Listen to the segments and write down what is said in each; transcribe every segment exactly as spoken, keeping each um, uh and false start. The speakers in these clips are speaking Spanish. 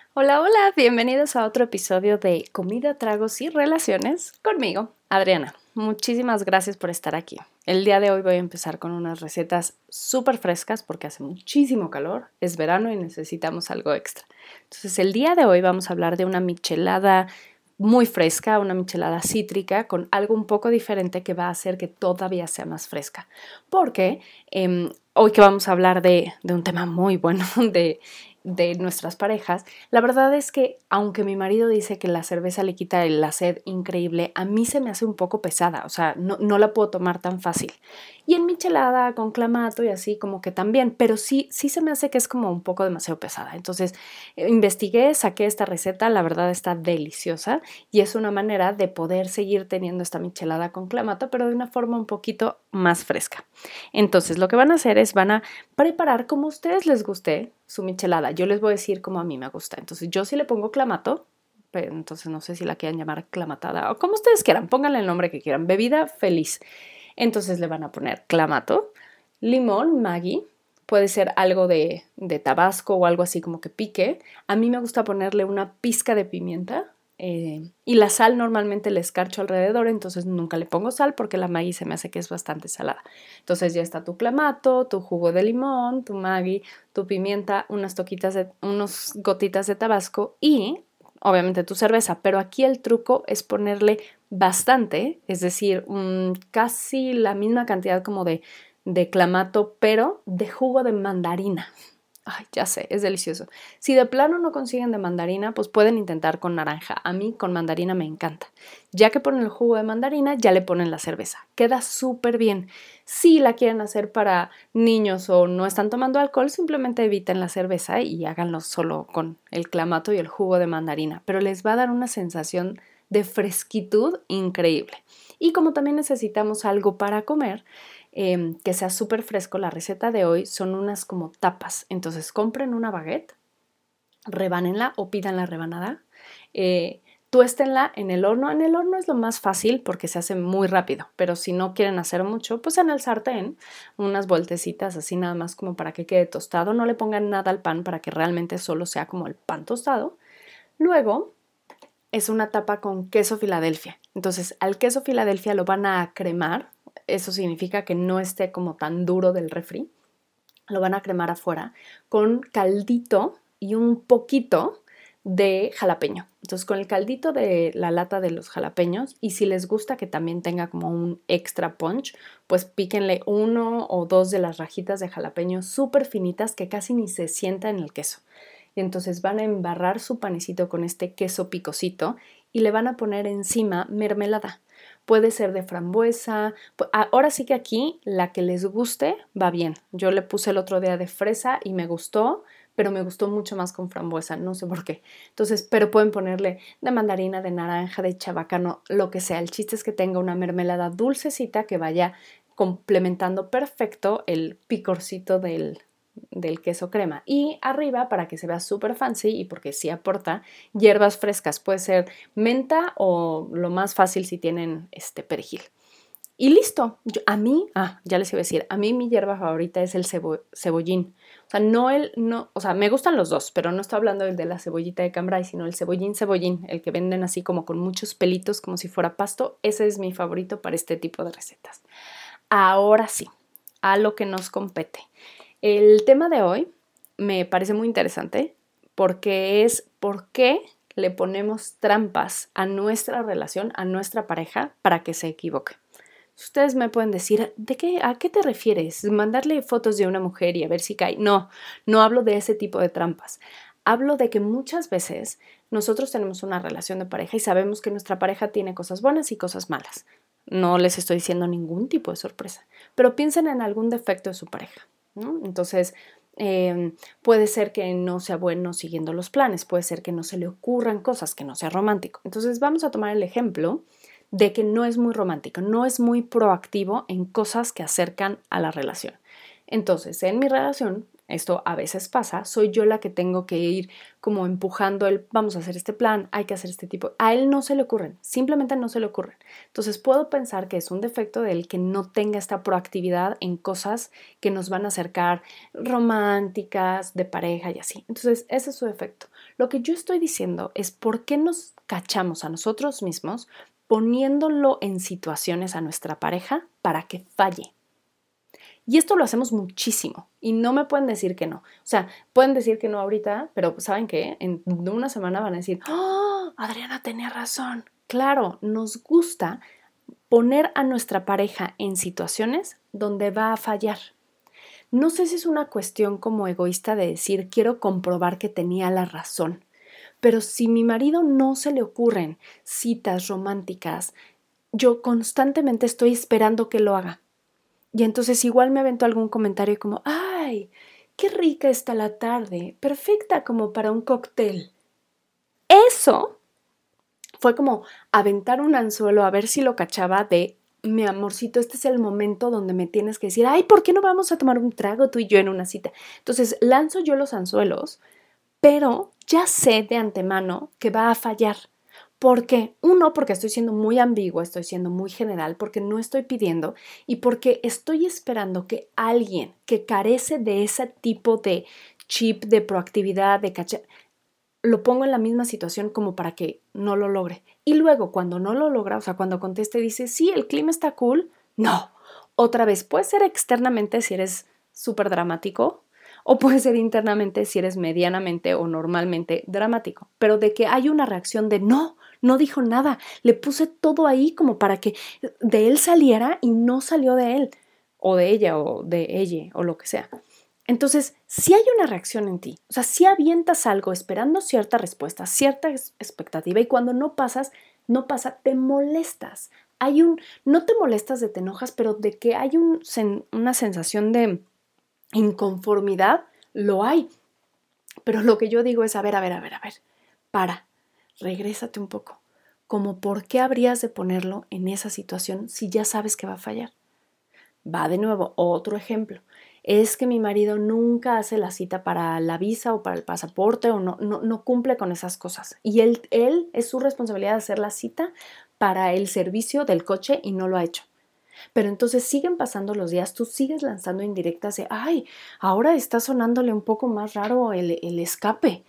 Hola, hola, bienvenidos a otro episodio de Comida, Tragos y Relaciones conmigo, Adriana. Muchísimas gracias por estar aquí. El día de hoy voy a empezar con unas recetas súper frescas porque hace muchísimo calor, es verano y necesitamos algo extra. Entonces el día de hoy vamos a hablar de una michelada muy fresca, una michelada cítrica con algo un poco diferente que va a hacer que todavía sea más fresca. Porque eh, hoy que vamos a hablar de, de un tema muy bueno de de nuestras parejas, la verdad es que aunque mi marido dice que la cerveza le quita la sed increíble, a mí se me hace un poco pesada, o sea, no, no la puedo tomar tan fácil. Y en michelada con clamato y así como que también, pero sí, sí se me hace que es como un poco demasiado pesada. Entonces eh, investigué, saqué esta receta, la verdad está deliciosa y es una manera de poder seguir teniendo esta michelada con clamato, pero de una forma un poquito más fresca. Entonces lo que van a hacer es van a preparar como a ustedes les guste su michelada. Yo les voy a decir como a mí me gusta. Entonces yo sí le pongo clamato, pero entonces no sé si la quieran llamar clamatada o como ustedes quieran, pónganle el nombre que quieran. Bebida feliz. Entonces le van a poner clamato, limón, Maggi, puede ser algo de, de tabasco o algo así como que pique. A mí me gusta ponerle una pizca de pimienta. Eh, y la sal normalmente le escarcho alrededor, entonces nunca le pongo sal porque la Maggi se me hace que es bastante salada. Entonces ya está tu clamato, tu jugo de limón, tu Maggi, tu pimienta, unas toquitas de, unos gotitas de tabasco y obviamente tu cerveza. Pero aquí el truco es ponerle bastante, es decir, um, casi la misma cantidad como de, de clamato, pero de jugo de mandarina. Ay, ya sé, es delicioso. Si de plano no consiguen de mandarina, pues pueden intentar con naranja. A mí con mandarina me encanta. Ya que ponen el jugo de mandarina, ya le ponen la cerveza. Queda súper bien. Si la quieren hacer para niños o no están tomando alcohol, simplemente eviten la cerveza y háganlo solo con el clamato y el jugo de mandarina. Pero les va a dar una sensación de fresquitud increíble. Y como también necesitamos algo para comer, eh, que sea súper fresco, la receta de hoy son unas como tapas. Entonces compren una baguette, rebánenla o pidan la rebanada, eh, tuéstenla en el horno. En el horno es lo más fácil porque se hace muy rápido, pero si no quieren hacer mucho, pues en el sartén, unas vueltecitas así nada más como para que quede tostado. No le pongan nada al pan para que realmente solo sea como el pan tostado. Luego es una tapa con queso Filadelfia. Entonces al queso Filadelfia lo van a cremar. Eso significa que no esté como tan duro del refri. Lo van a cremar afuera con caldito y un poquito de jalapeño. Entonces con el caldito de la lata de los jalapeños, y si les gusta que también tenga como un extra punch, pues píquenle uno o dos de las rajitas de jalapeño súper finitas que casi ni se sienta en el queso. Y entonces van a embarrar su panecito con este queso picosito y le van a poner encima mermelada. Puede ser de frambuesa. Ahora sí que aquí la que les guste va bien. Yo le puse el otro día de fresa y me gustó, pero me gustó mucho más con frambuesa, no sé por qué. Entonces, pero pueden ponerle de mandarina, de naranja, de chabacano, lo que sea. El chiste es que tenga una mermelada dulcecita que vaya complementando perfecto el picorcito del, del queso crema. Y arriba, para que se vea súper fancy y porque sí aporta, hierbas frescas. Puede ser menta o lo más fácil si tienen este perejil. Y listo. Yo, a mí, ah, ya les iba a decir, a mí mi hierba favorita es el cebo, cebollín. O sea, no el, no, o sea, me gustan los dos, pero no estoy hablando del de la cebollita de cambray, sino el cebollín cebollín, el que venden así como con muchos pelitos, como si fuera pasto. Ese es mi favorito para este tipo de recetas. Ahora sí, a lo que nos compete. El tema de hoy me parece muy interesante porque es por qué le ponemos trampas a nuestra relación, a nuestra pareja, para que se equivoque. Ustedes me pueden decir, ¿de qué, a qué te refieres? ¿Mandarle fotos de una mujer y a ver si cae? No, no hablo de ese tipo de trampas. Hablo de que muchas veces nosotros tenemos una relación de pareja y sabemos que nuestra pareja tiene cosas buenas y cosas malas. No les estoy diciendo ningún tipo de sorpresa, pero piensen en algún defecto de su pareja, ¿no? Entonces, eh, puede ser que no sea bueno siguiendo los planes, puede ser que no se le ocurran cosas, que no sea romántico. Entonces, vamos a tomar el ejemplo de que no es muy romántico, no es muy proactivo en cosas que acercan a la relación. Entonces, en mi relación, esto a veces pasa, soy yo la que tengo que ir como empujando el vamos a hacer este plan, hay que hacer este tipo. A él no se le ocurren, simplemente no se le ocurren. Entonces puedo pensar que es un defecto de él que no tenga esta proactividad en cosas que nos van a acercar románticas, de pareja y así. Entonces ese es su defecto. Lo que yo estoy diciendo es por qué nos cachamos a nosotros mismos poniéndolo en situaciones a nuestra pareja para que falle. Y esto lo hacemos muchísimo y no me pueden decir que no. O sea, pueden decir que no ahorita, pero ¿saben qué? En una semana van a decir, ¡oh, Adriana tenía razón! Claro, nos gusta poner a nuestra pareja en situaciones donde va a fallar. No sé si es una cuestión como egoísta de decir, quiero comprobar que tenía la razón. Pero si mi marido no se le ocurren citas románticas, yo constantemente estoy esperando que lo haga. Y entonces igual me aventó algún comentario como, ¡ay, qué rica está la tarde! Perfecta como para un cóctel. Eso fue como aventar un anzuelo a ver si lo cachaba de, mi amorcito, este es el momento donde me tienes que decir, ¡ay, ¿por qué no vamos a tomar un trago tú y yo en una cita? Entonces lanzo yo los anzuelos, pero ya sé de antemano que va a fallar. ¿Por qué? Uno, porque estoy siendo muy ambigua, estoy siendo muy general, porque no estoy pidiendo y porque estoy esperando que alguien que carece de ese tipo de chip, de proactividad, de caché, lo pongo en la misma situación como para que no lo logre. Y luego cuando no lo logra, o sea, cuando conteste dice, sí, el clima está cool, no. Otra vez, puede ser externamente si eres súper dramático, o puede ser internamente si eres medianamente o normalmente dramático, pero de que hay una reacción de no, no dijo nada, le puse todo ahí como para que de él saliera y no salió de él, o de ella, o de ella, o lo que sea. Entonces, si hay una reacción en ti, o sea, si avientas algo esperando cierta respuesta, cierta expectativa, y cuando no pasas, no pasa, te molestas. Hay un, no te molestas de te enojas, pero de que hay un, una sensación de inconformidad, lo hay. Pero lo que yo digo es, a ver, a ver, a ver, a ver, para, regrésate un poco. Como por qué habrías de ponerlo en esa situación si ya sabes que va a fallar. Va de nuevo, otro ejemplo. Es que mi marido nunca hace la cita para la visa o para el pasaporte o no, no, no cumple con esas cosas. Y él, él es su responsabilidad de hacer la cita para el servicio del coche y no lo ha hecho. Pero entonces siguen pasando los días, tú sigues lanzando indirectas de, ay, ahora está sonándole un poco más raro el, el escape.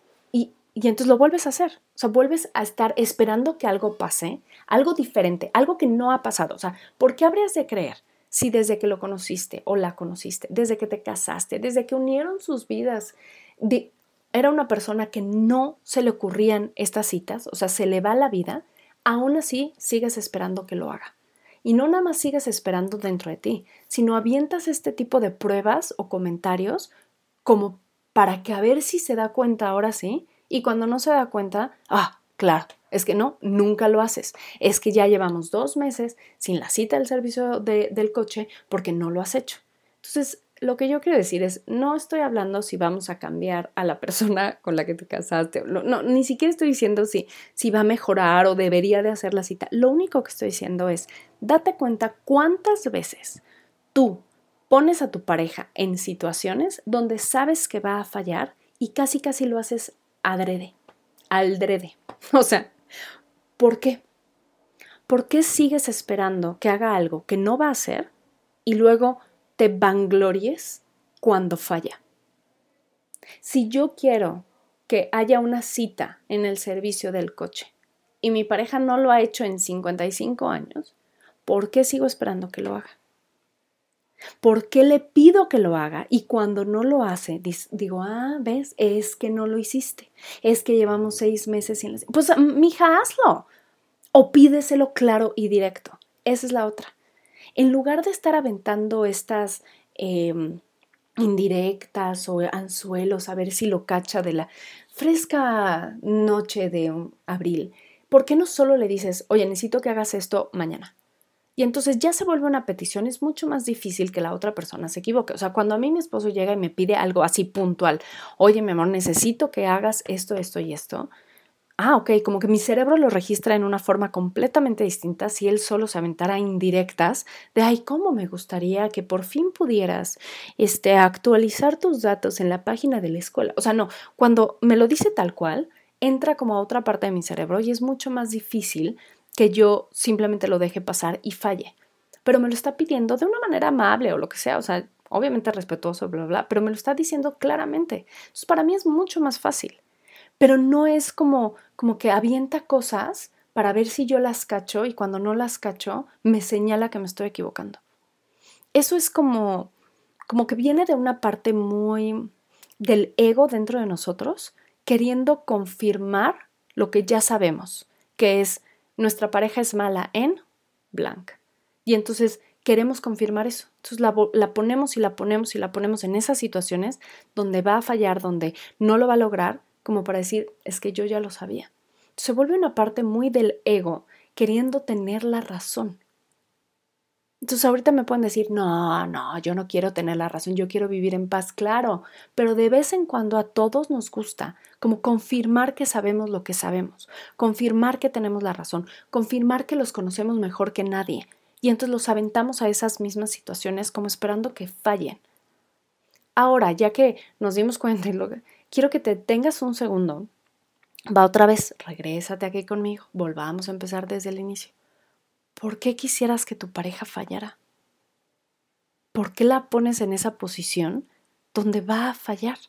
Y, y entonces lo vuelves a hacer. O sea, vuelves a estar esperando que algo pase, algo diferente, algo que no ha pasado. O sea, ¿por qué habrías de creer si desde que lo conociste o la conociste, desde que te casaste, desde que unieron sus vidas, de, era una persona que no se le ocurrían estas citas, o sea, se le va la vida, aún así sigues esperando que lo haga? Y no nada más sigues esperando dentro de ti, sino avientas este tipo de pruebas o comentarios como para que a ver si se da cuenta ahora sí. Y cuando no se da cuenta, ah, claro, es que no, nunca lo haces. Es que ya llevamos dos meses sin la cita del servicio de, del coche porque no lo has hecho. Entonces, lo que yo quiero decir es, no estoy hablando si vamos a cambiar a la persona con la que te casaste. No, no, ni siquiera estoy diciendo si, si va a mejorar o debería de hacer la cita. Lo único que estoy diciendo es, date cuenta cuántas veces tú pones a tu pareja en situaciones donde sabes que va a fallar y casi casi lo haces adrede, aldrede. O sea, ¿por qué? ¿Por qué sigues esperando que haga algo que no va a hacer y luego te vanglories cuando falla? Si yo quiero que haya una cita en el servicio del coche y mi pareja no lo ha hecho en cincuenta y cinco años, ¿por qué sigo esperando que lo haga? ¿Por qué le pido que lo haga? Y cuando no lo hace, digo, ah, ¿ves? Es que no lo hiciste. Es que llevamos seis meses sin... Pues, mija, hazlo. O pídeselo claro y directo. Esa es la otra. En lugar de estar aventando estas eh, indirectas o anzuelos a ver si lo cacha de la fresca noche de abril, ¿por qué no solo le dices, oye, necesito que hagas esto mañana? Y entonces ya se vuelve una petición, es mucho más difícil que la otra persona se equivoque. O sea, cuando a mí mi esposo llega y me pide algo así puntual, oye, mi amor, necesito que hagas esto, esto y esto, ah, ok, como que mi cerebro lo registra en una forma completamente distinta si él solo se aventara indirectas de, ay, cómo me gustaría que por fin pudieras este, actualizar tus datos en la página de la escuela. O sea, no, cuando me lo dice tal cual, entra como a otra parte de mi cerebro y es mucho más difícil que yo simplemente lo deje pasar y falle. Pero me lo está pidiendo de una manera amable o lo que sea, o sea, obviamente respetuoso, bla, bla, bla, pero me lo está diciendo claramente. Entonces, para mí es mucho más fácil. Pero no es como, como que avienta cosas para ver si yo las cacho y cuando no las cacho me señala que me estoy equivocando. Eso es como, como que viene de una parte muy del ego dentro de nosotros, queriendo confirmar lo que ya sabemos, que es nuestra pareja es mala en blank. Y entonces queremos confirmar eso. Entonces la, la ponemos y la ponemos y la ponemos en esas situaciones donde va a fallar, donde no lo va a lograr, como para decir, es que yo ya lo sabía. Se vuelve una parte muy del ego queriendo tener la razón. Entonces ahorita me pueden decir, no, no, yo no quiero tener la razón, yo quiero vivir en paz, claro, pero de vez en cuando a todos nos gusta como confirmar que sabemos lo que sabemos, confirmar que tenemos la razón, confirmar que los conocemos mejor que nadie y entonces los aventamos a esas mismas situaciones como esperando que fallen. Ahora, ya que nos dimos cuenta, quiero que te tengas un segundo, va otra vez, regrésate aquí conmigo, volvamos a empezar desde el inicio. ¿Por qué quisieras que tu pareja fallara? ¿Por qué la pones en esa posición donde va a fallar?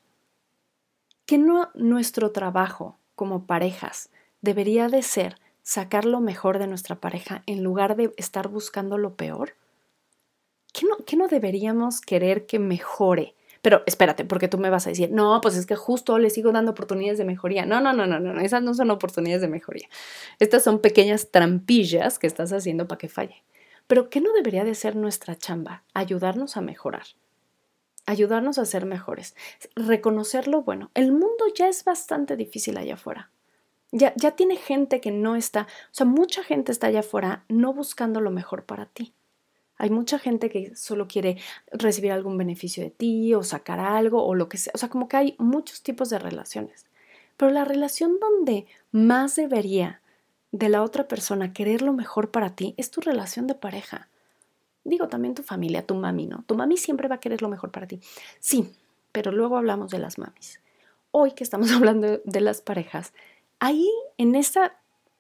¿Que no nuestro trabajo como parejas debería de ser sacar lo mejor de nuestra pareja en lugar de estar buscando lo peor? ¿Qué no, qué no deberíamos querer que mejore? Pero espérate, porque tú me vas a decir, no, pues es que justo le sigo dando oportunidades de mejoría. No, no, no, no, no, esas no son oportunidades de mejoría. Estas son pequeñas trampillas que estás haciendo para que falle. Pero ¿qué no debería de ser nuestra chamba? Ayudarnos a mejorar, ayudarnos a ser mejores, reconocer lo bueno. El mundo ya es bastante difícil allá afuera. Ya, ya tiene gente que no está, o sea, mucha gente está allá afuera no buscando lo mejor para ti. Hay mucha gente que solo quiere recibir algún beneficio de ti o sacar algo o lo que sea. O sea, como que hay muchos tipos de relaciones. Pero la relación donde más debería de la otra persona querer lo mejor para ti es tu relación de pareja. Digo, también tu familia, tu mami, ¿no? Tu mami siempre va a querer lo mejor para ti. Sí, pero luego hablamos de las mamis. Hoy que estamos hablando de las parejas, ahí en esta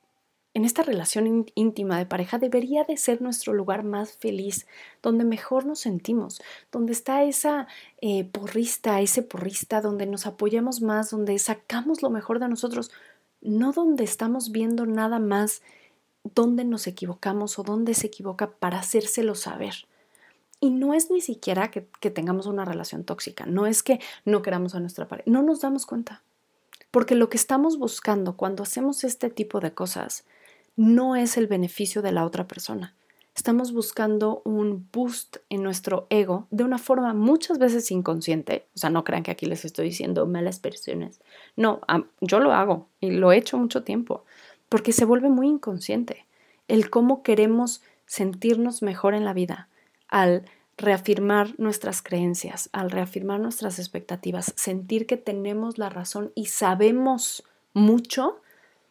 en esta relación íntima de pareja debería de ser nuestro lugar más feliz, donde mejor nos sentimos, donde está esa eh, porrista, ese porrista, donde nos apoyamos más, donde sacamos lo mejor de nosotros, no donde estamos viendo nada más dónde nos equivocamos o dónde se equivoca para hacérselo saber. Y no es ni siquiera que, que tengamos una relación tóxica, no es que no queramos a nuestra pareja, no nos damos cuenta, porque lo que estamos buscando cuando hacemos este tipo de cosas no es el beneficio de la otra persona. Estamos buscando un boost en nuestro ego de una forma muchas veces inconsciente. O sea, no crean que aquí les estoy diciendo malas personas. No, yo lo hago y lo he hecho mucho tiempo porque se vuelve muy inconsciente el cómo queremos sentirnos mejor en la vida al reafirmar nuestras creencias, al reafirmar nuestras expectativas, sentir que tenemos la razón y sabemos mucho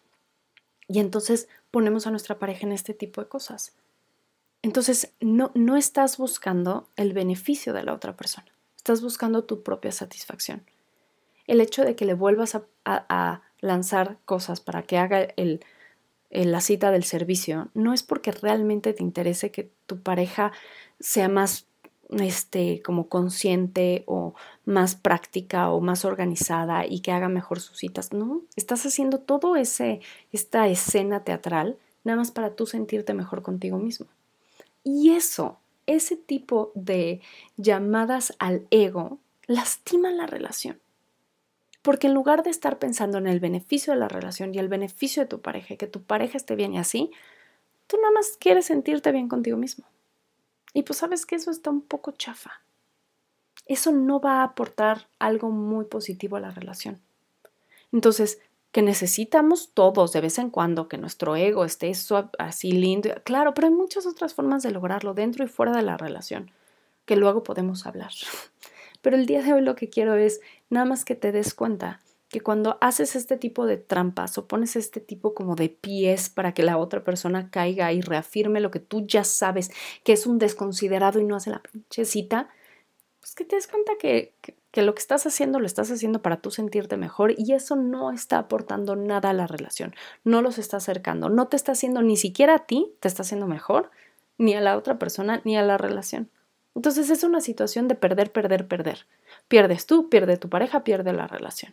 y entonces ponemos a nuestra pareja en este tipo de cosas. Entonces, no, no estás buscando el beneficio de la otra persona, estás buscando tu propia satisfacción. El hecho de que le vuelvas a, a, a lanzar cosas para que haga el, el, la cita del servicio no es porque realmente te interese que tu pareja sea más este, como consciente o más práctica o más organizada y que haga mejor sus citas. No, estás haciendo todo ese, esta escena teatral nada más para tú sentirte mejor contigo mismo. Y eso, ese tipo de llamadas al ego, lastiman la relación. Porque en lugar de estar pensando en el beneficio de la relación y el beneficio de tu pareja, y que tu pareja esté bien y así, tú nada más quieres sentirte bien contigo mismo. Y pues sabes que eso está un poco chafa. Eso no va a aportar algo muy positivo a la relación. Entonces, que necesitamos todos de vez en cuando que nuestro ego esté así lindo, claro, pero hay muchas otras formas de lograrlo dentro y fuera de la relación, que luego podemos hablar. Pero el día de hoy lo que quiero es nada más que te des cuenta que cuando haces este tipo de trampas o pones este tipo como de pies para que la otra persona caiga y reafirme lo que tú ya sabes que es un desconsiderado y no hace la pinche cita, pues que te des cuenta que, que, que lo que estás haciendo lo estás haciendo para tú sentirte mejor y eso no está aportando nada a la relación, no los está acercando, no te está haciendo ni siquiera a ti, te está haciendo mejor, ni a la otra persona, ni a la relación. Entonces es una situación de perder, perder, perder. Pierdes tú, pierde tu pareja, pierde la relación.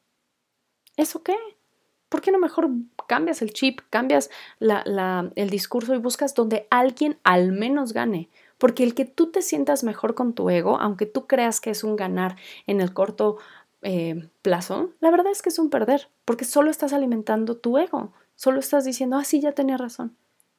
¿Eso qué? ¿Por qué no mejor cambias el chip, cambias la, la, el discurso y buscas donde alguien al menos gane? Porque el que tú te sientas mejor con tu ego, aunque tú creas que es un ganar en el corto eh, plazo, la verdad es que es un perder, porque solo estás alimentando tu ego, solo estás diciendo, ah, sí, ya tenía razón.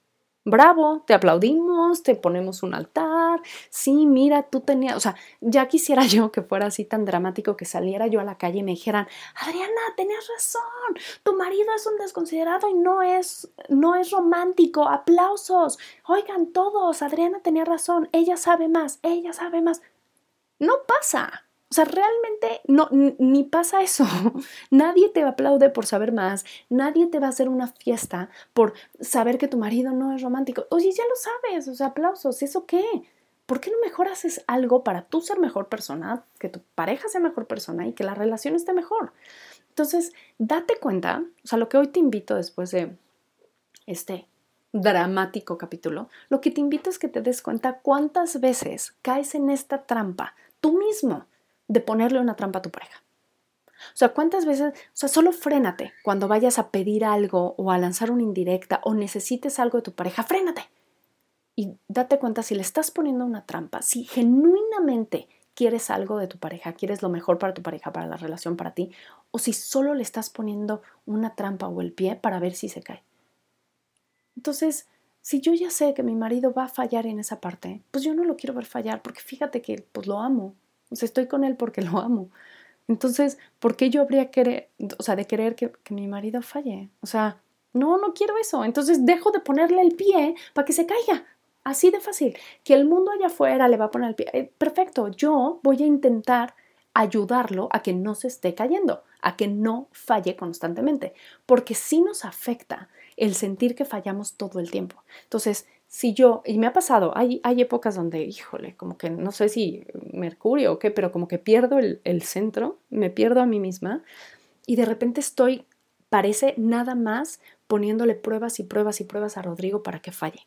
Bravo, te aplaudimos, te ponemos un altar, sí, mira, tú tenías, o sea, ya quisiera yo que fuera así tan dramático que saliera yo a la calle y me dijeran, Adriana, tenías razón, tu marido es un desconsiderado y no es, no es romántico, aplausos, oigan todos, Adriana tenía razón, ella sabe más, ella sabe más. No pasa. O sea, realmente no, ni pasa eso. Nadie te aplaude por saber más. Nadie te va a hacer una fiesta por saber que tu marido no es romántico. Oye, ya lo sabes. O sea, aplausos. ¿Eso qué? ¿Por qué no mejor haces algo para tú ser mejor persona, que tu pareja sea mejor persona y que la relación esté mejor? Entonces, date cuenta. O sea, lo que hoy te invito después de este dramático capítulo, lo que te invito es que te des cuenta cuántas veces caes en esta trampa tú mismo de ponerle una trampa a tu pareja. O sea, cuántas veces, o sea, solo frénate cuando vayas a pedir algo o a lanzar una indirecta o necesites algo de tu pareja, frénate y date cuenta si le estás poniendo una trampa, si genuinamente quieres algo de tu pareja, quieres lo mejor para tu pareja, para la relación, para ti, o si solo le estás poniendo una trampa o el pie para ver si se cae. Entonces, si yo ya sé que mi marido va a fallar en esa parte, pues yo no lo quiero ver fallar, porque fíjate que pues lo amo. O sea, estoy con él porque lo amo. Entonces, ¿por qué yo habría querer, o sea, de querer que, que mi marido falle? O sea, no, no quiero eso. Entonces dejo de ponerle el pie para que se caiga. Así de fácil. Que el mundo allá afuera le va a poner el pie. Eh, perfecto, yo voy a intentar ayudarlo a que no se esté cayendo, a que no falle constantemente, porque sí nos afecta el sentir que fallamos todo el tiempo. Entonces, si yo, y me ha pasado, hay, hay épocas donde, híjole, como que no sé si Mercurio o qué, pero como que pierdo el, el centro, me pierdo a mí misma y de repente estoy, parece nada más poniéndole pruebas y pruebas y pruebas a Rodrigo para que falle.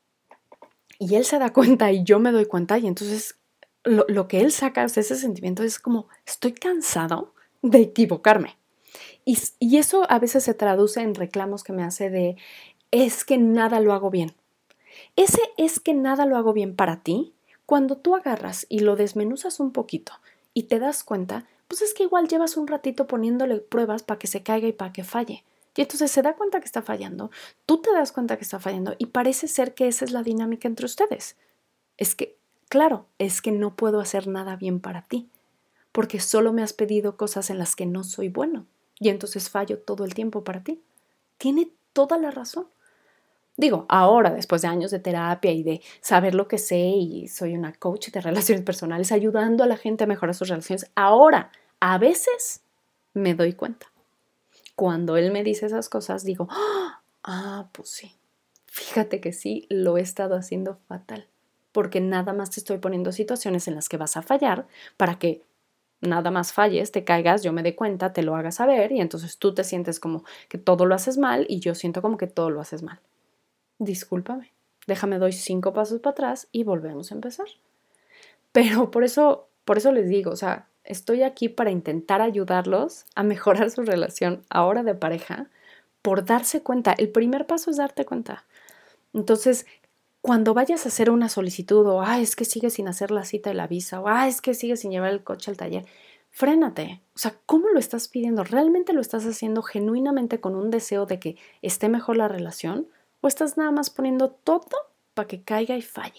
Y él se da cuenta y yo me doy cuenta y entonces lo, lo que él saca de ese sentimiento es como, estoy cansado de equivocarme. Y, y eso a veces se traduce en reclamos que me hace de, es que nada lo hago bien. Ese es que nada lo hago bien para ti, cuando tú agarras y lo desmenuzas un poquito y te das cuenta, pues es que igual llevas un ratito poniéndole pruebas para que se caiga y para que falle. Y entonces se da cuenta que está fallando, tú te das cuenta que está fallando y parece ser que esa es la dinámica entre ustedes. Es que, claro, es que no puedo hacer nada bien para ti, porque solo me has pedido cosas en las que no soy bueno y entonces fallo todo el tiempo para ti. Tiene toda la razón. Digo, ahora, después de años de terapia y de saber lo que sé y soy una coach de relaciones personales, ayudando a la gente a mejorar sus relaciones, ahora, a veces, me doy cuenta. Cuando él me dice esas cosas, digo, ah, pues sí, fíjate que sí, lo he estado haciendo fatal, porque nada más te estoy poniendo situaciones en las que vas a fallar para que nada más falles, te caigas, yo me dé cuenta, te lo hagas saber y entonces tú te sientes como que todo lo haces mal y yo siento como que todo lo haces mal. Discúlpame, déjame doy cinco pasos para atrás y volvemos a empezar. Pero por eso, por eso les digo, o sea, estoy aquí para intentar ayudarlos a mejorar su relación ahora de pareja por darse cuenta. El primer paso es darte cuenta. Entonces, cuando vayas a hacer una solicitud o, ah, es que sigues sin hacer la cita y la visa, o, ah, es que sigues sin llevar el coche al taller, frénate. O sea, ¿cómo lo estás pidiendo? ¿Realmente lo estás haciendo genuinamente con un deseo de que esté mejor la relación? ¿O estás nada más poniendo todo para que caiga y falle?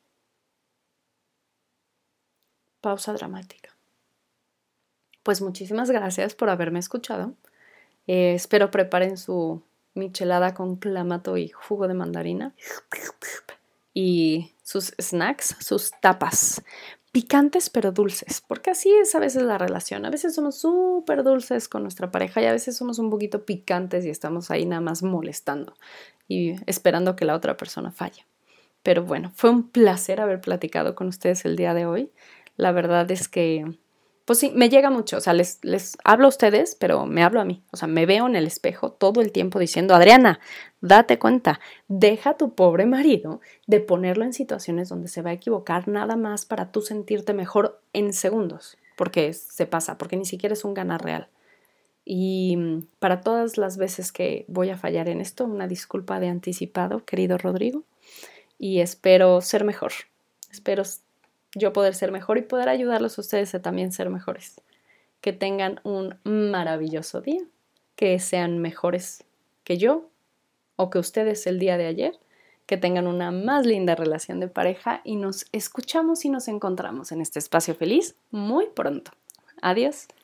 Pausa dramática. Pues muchísimas gracias por haberme escuchado. Eh, espero preparen su michelada con clamato y jugo de mandarina y sus snacks, sus tapas, picantes pero dulces, porque así es a veces la relación. A veces somos súper dulces con nuestra pareja y a veces somos un poquito picantes y estamos ahí nada más molestando y esperando que la otra persona falle. Pero bueno, fue un placer haber platicado con ustedes el día de hoy. La verdad es que, pues sí, me llega mucho. O sea, les, les hablo a ustedes, pero me hablo a mí. O sea, me veo en el espejo todo el tiempo diciendo, Adriana, date cuenta, deja a tu pobre marido de ponerlo en situaciones donde se va a equivocar nada más para tú sentirte mejor en segundos. Porque se pasa, porque ni siquiera es un ganar real. Y para todas las veces que voy a fallar en esto, una disculpa de anticipado, querido Rodrigo. Y espero ser mejor. Espero yo poder ser mejor y poder ayudarlos a ustedes a también ser mejores. Que tengan un maravilloso día, que sean mejores que yo o que ustedes el día de ayer, que tengan una más linda relación de pareja y nos escuchamos y nos encontramos en este espacio feliz muy pronto. Adiós.